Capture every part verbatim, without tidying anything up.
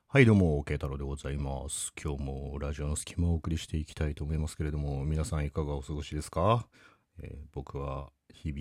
はいどうも、慶太郎でございます。今日もラジオの隙間をお送りしていきたいと思いますけれども、皆さんいかがお過ごしですか？えー僕は日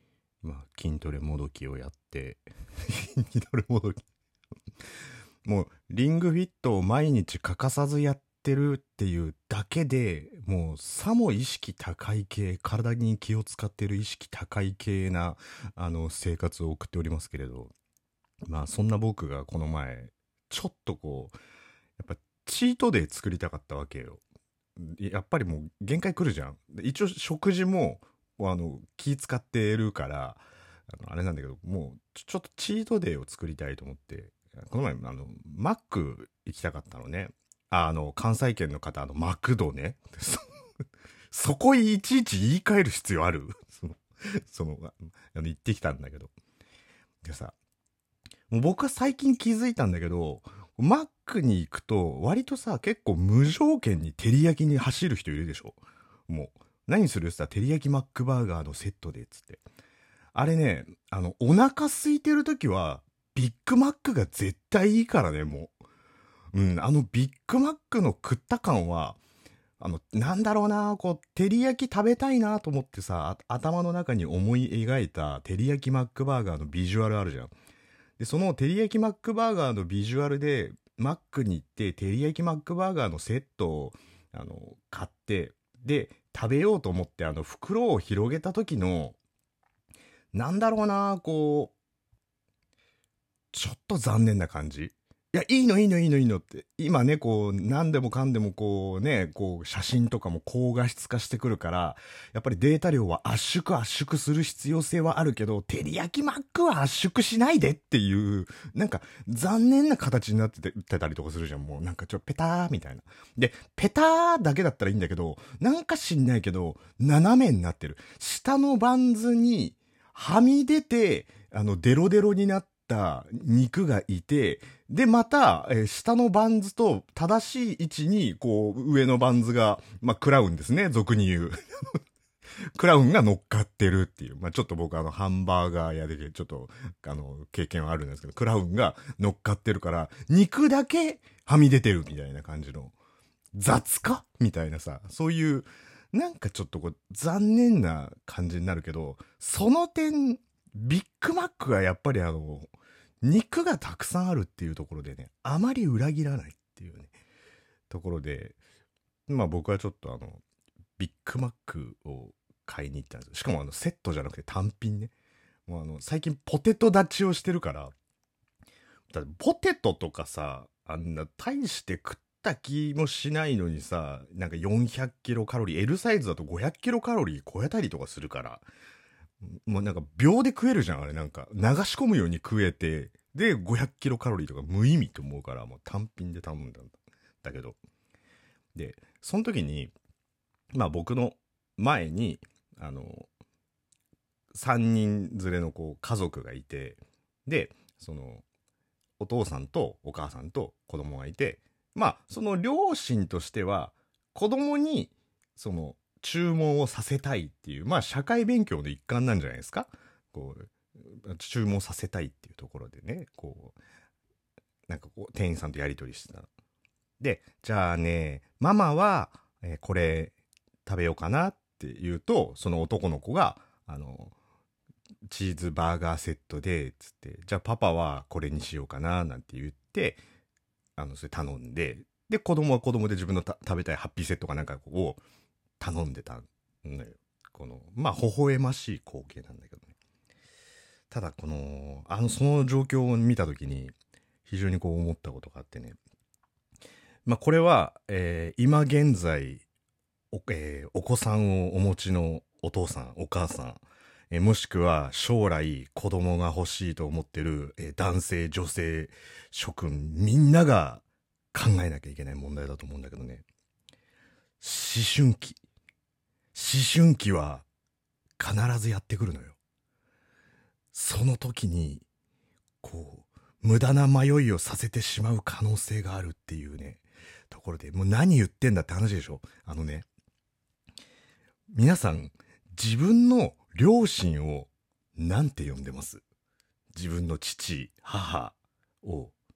々、まあ、筋トレもどきをやって、筋トレもどき。もう、リングフィットを毎日欠かさずやってるっていうだけで、もう、さも意識高い系、体に気を使ってる意識高い系な、あの、生活を送っておりますけれど、まあ、そんな僕がこの前、ちょっとこう、やっぱチートデー作りたかったわけよ。やっぱりもう限界来るじゃん。で一応食事もあの気使ってるからあのあれなんだけど、もうちょちょっとチートデーを作りたいと思って、この前あのマック行きたかったのね。ああの関西圏の方、あのマクドね。そそこいちいち言い換える必要ある？そのそのあの行ってきたんだけど、でさ、もう僕は最近気づいたんだけど、マックに行くと、割とさ、結構無条件に照り焼きに走る人いるでしょ。もう、何するって言ったら、照り焼きマックバーガーのセットで、つって。あれね、あの、お腹空いてる時は、ビッグマックが絶対いいからね、もう。うん、あのビッグマックの食った感は、あの、なんだろうな、こう、照り焼き食べたいなと思ってさ、あ頭の中に思い描いた照り焼きマックバーガーのビジュアルあるじゃん。で、その照り焼きマックバーガーのビジュアルで、マックに行って、照り焼きマックバーガーのセットを、あの、買って、で、食べようと思って、あの、袋を広げた時の、なんだろうな、こう、ちょっと残念な感じ。いや、いいのいいのいいのいいのって。今ね、こう、何でもかんでもこうね、こう、写真とかも高画質化してくるから、やっぱりデータ量は圧縮圧縮する必要性はあるけど、照り焼きマックは圧縮しないでっていう、なんか、残念な形になっててたりとかするじゃん。もうなんかちょっとペターみたいな。で、ペターだけだったらいいんだけど、なんか知んないけど、斜めになってる。下のバンズに、はみ出て、あの、デロデロになった肉がいて、で、また、えー下のバンズと正しい位置に、こう、上のバンズが、まあ、クラウンですね、俗に言う。クラウンが乗っかってるっていう。まあ、ちょっと僕あの、ハンバーガー屋で、ちょっと、あの、経験はあるんですけど、クラウンが乗っかってるから、肉だけはみ出てるみたいな感じの、雑かみたいなさ、そういう、なんかちょっとこう、残念な感じになるけど、その点、ビッグマックはやっぱりあの、肉がたくさんあるっていうところでね、あまり裏切らないっていうね、ところで、まあ僕はちょっとあの、ビッグマックを買いに行ったんですよ。しかもあの、セットじゃなくて単品ね。もうあの、最近ポテト立ちをしてるから、だってポテトとかさ、あんな大して食った気もしないのにさ、なんかよんひゃくキロカロリー、L サイズだとごひゃくキロカロリー超えたりとかするから、もうなんか秒で食えるじゃん、あれなんか。流し込むように食えて、で、ごひゃくキロカロリーとか無意味と思うから、もう単品で頼んだんだ。だけど。で、その時に、まあ僕の前に、あの、さんにん連れのこう家族がいて、で、その、お父さんとお母さんと子供がいて、まあ、その両親としては、子供に、その、注文をさせたいっていう、まあ、社会勉強の一環なんじゃないですか。こう、注文させたいっていうところでね、こう、なんかこう、店員さんとやり取りしてたの。で、じゃあね、ママは、えーこれ食べようかなって言うと、その男の子が、あの、チーズバーガーセットで、つって、じゃあパパはこれにしようかな、なんて言って、あの、それ頼んで、で、子供は子供で自分のた食べたいハッピーセットかなんかを頼んでたのよ。この、まあ、微笑ましい光景なんだけどね。ただ、この、あの、その状況を見たときに、非常にこう思ったことがあってね。まあ、これは、えー今現在、お、えーお子さんをお持ちのお父さん、お母さん、えーもしくは将来子供が欲しいと思ってる、えー男性、女性、諸君、みんなが考えなきゃいけない問題だと思うんだけどね。思春期。思春期は必ずやってくるのよ。その時に、こう、無駄な迷いをさせてしまう可能性があるっていうね、ところで、もう何言ってんだって話でしょ。あのね、皆さん、自分の両親をなんて呼んでます？自分の父、母を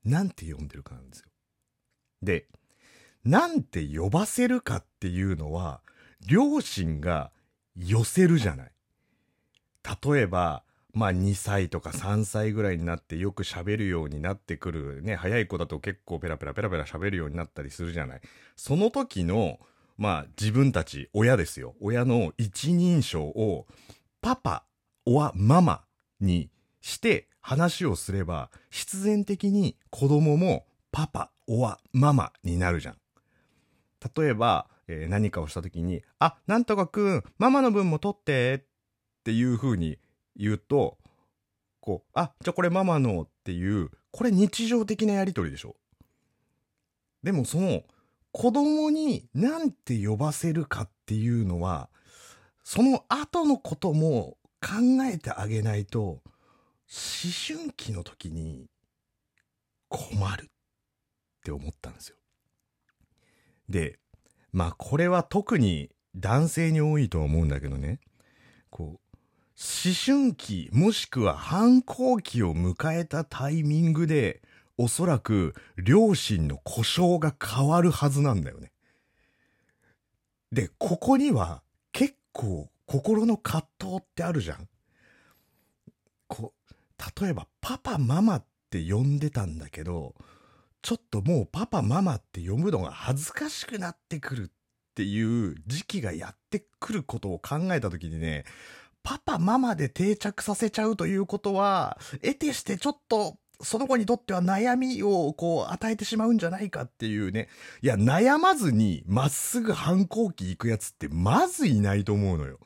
なんて呼んでるかなんですよ。で、なんて呼ばせるかっていうのは、両親が寄せるじゃない。例えば、まあにさいとかさんさいぐらいになってよく喋るようになってくるね、早い子だと結構ペラペラペラペラ喋るようになったりするじゃない。その時の、まあ自分たち、親ですよ。親の一人称をパパ、おわ、ママにして話をすれば、必然的に子供もパパ、おわ、ママになるじゃん。例えば、えー何かをした時に、あ、なんとかくん、ママの分も取ってっていう風に言うと、こう、あ、じゃあこれママのっていう、これ日常的なやりとりでしょ。でもその、子供になんて呼ばせるかっていうのは、その後のことも考えてあげないと、思春期の時に困るって思ったんですよ。で、まあこれは特に男性に多いとは思うんだけどね、こう、思春期もしくは反抗期を迎えたタイミングで、おそらく両親の呼称が変わるはずなんだよね。で、ここには結構心の葛藤ってあるじゃん。こう、例えばパパママって呼んでたんだけど、ちょっともうパパママって呼ぶのが恥ずかしくなってくるっていう時期がやってくることを考えたときにね、パパママで定着させちゃうということは、得てしてちょっとその子にとっては悩みをこう与えてしまうんじゃないかっていうね。いや、悩まずにまっすぐ反抗期行くやつってまずいないと思うのよ。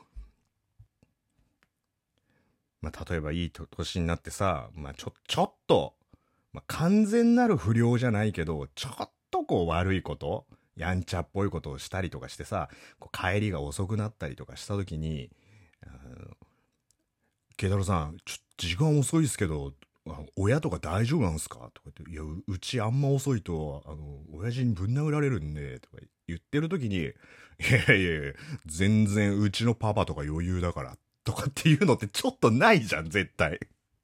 まあ、例えばいい年になってさ、まあ、ちょ、ちょっと、まあ、完全なる不良じゃないけど、ちょっとこう悪いこと、やんちゃっぽいことをしたりとかしてさ、こう帰りが遅くなったりとかした時に、あの慶太郎さん、ちょ時間遅いですけど、あ親とか大丈夫なんですかとか言って、いや、う、うちあんま遅いと、あの、親父にぶん殴られるんで、とか言ってる時に、いやいやいや、全然うちのパパとか余裕だから、とかっていうのってちょっとないじゃん、絶対。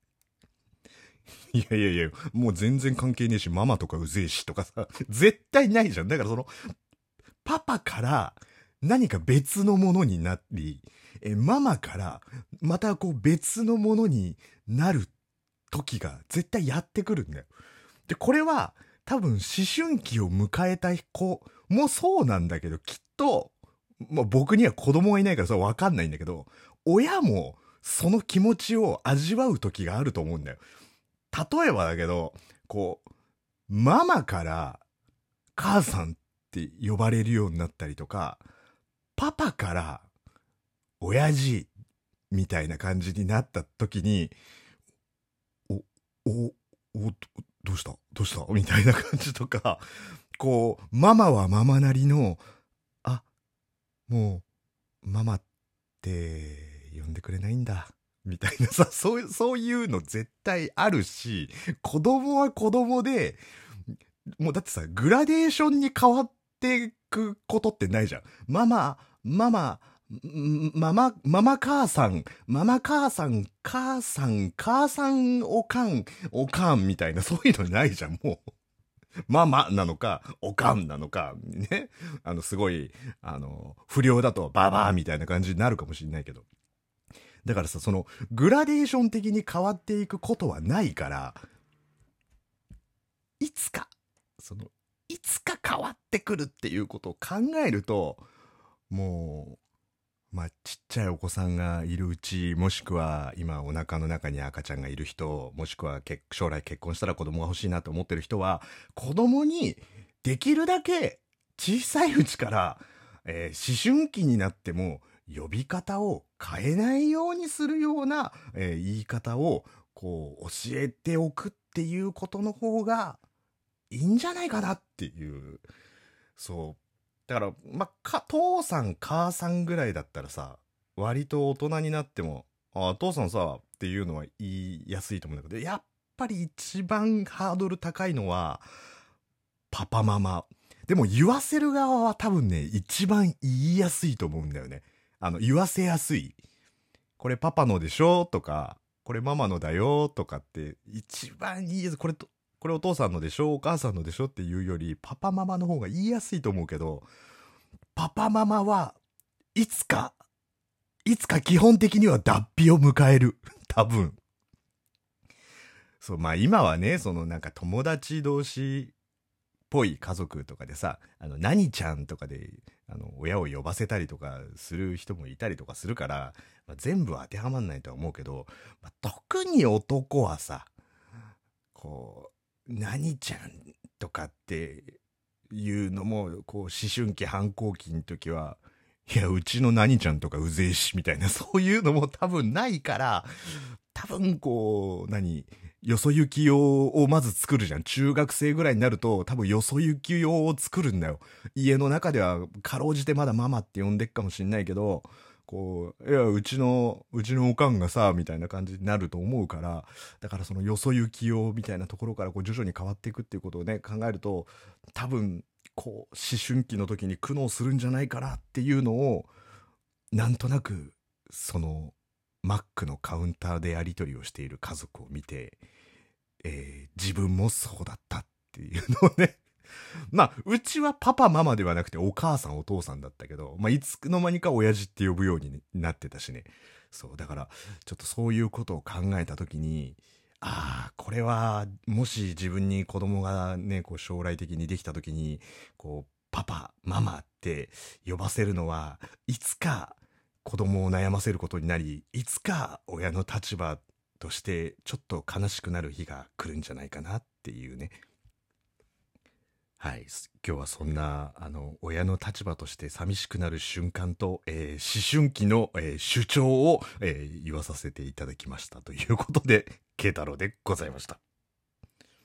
いやいやいや、もう全然関係ねえし、ママとかうぜえしとかさ、絶対ないじゃん。だからその、パパから何か別のものになり、え、ママからまたこう別のものになる時が絶対やってくるんだよ。で、これは多分思春期を迎えた子もそうなんだけど、きっと、まあ、僕には子供がいないからそれわかんないんだけど、親もその気持ちを味わう時があると思うんだよ。例えばだけど、こう、ママから母さんって呼ばれるようになったりとか、パパから親父みたいな感じになった時に、お、お、お、どどうしたどうしたみたいな感じとか、こう、ママはママなりの、あ、もう、ママって呼んでくれないんだ。みたいなさ、そういう、そういうの絶対あるし、子供は子供で、もうだってさ、グラデーションに変わっていくことってないじゃん。ママ、ママ、んママ、ママ母さん、ママ母さん、母さん、母さんおかん、おかんみたいな、そういうのないじゃん、もう。ママなのか、おかんなのか、ね。あの、すごい、あの、不良だとババアみたいな感じになるかもしれないけど。だからさ、その、グラデーション的に変わっていくことはないから、いつか、その、いつか変わってくるっていうことを考えると、もう、まあ、ちっちゃいお子さんがいるうち、もしくは今お腹の中に赤ちゃんがいる人、もしくは結将来結婚したら子供が欲しいなと思ってる人は、子供にできるだけ小さいうちから、えー思春期になっても呼び方を変えないようにするような、えー言い方をこう教えておくっていうことの方がいいんじゃないかなっていう。そう。だから、まあ、か、父さん、母さんぐらいだったらさ、割と大人になっても、あ、父さんさ、っていうのは言いやすいと思うんだけど、やっぱり一番ハードル高いのは、パパママ。でも言わせる側は多分ね、一番言いやすいと思うんだよね。あの、言わせやすい。これパパのでしょとか、これママのだよとかって、一番言いやすい。これと、 これお父さんのでしょ、お母さんのでしょっていうより、パパママの方が言いやすいと思うけど、パパママはいつか、いつか基本的には脱皮を迎える。多分。そう、まあ今はね、そのなんか友達同士っぽい家族とかでさ、あの、何ちゃんとかで、あの、親を呼ばせたりとかする人もいたりとかするから、まあ、全部は当てはまんないとは思うけど、まあ、特に男はさ、こう、何ちゃんとかっていうのも、こう、思春期反抗期の時は、いや、うちの何ちゃんとかうぜえし、みたいな、そういうのも多分ないから、多分こう、何、よそ行き用をまず作るじゃん。中学生ぐらいになると、多分よそ行き用を作るんだよ。家の中では、かろうじてまだママって呼んでっかもしんないけど、こう、いや、うちの、うちのおかんがさ、みたいな感じになると思うから、だからそのよそ行き用みたいなところからこう徐々に変わっていくっていうことをね、考えると、多分、こう、思春期の時に苦悩するんじゃないかなっていうのを、なんとなく、その、マックのカウンターでやり取りをしている家族を見て、えー自分もそうだったっていうのをね、まあ、うちはパパママではなくてお母さんお父さんだったけど、まあ、いつの間にか親父って呼ぶようになってたしね。そう、だから、ちょっとそういうことを考えたときに、ああ、これは、もし自分に子供がね、こう将来的にできたときに、こう、パパ、ママって呼ばせるのは、いつか子供を悩ませることになり、いつか親の立場としてちょっと悲しくなる日が来るんじゃないかなっていうね。はい。今日はそんな、あの、親の立場として寂しくなる瞬間と、えー思春期の、えー主張を、えー言わさせていただきましたということで、慶太郎でございました。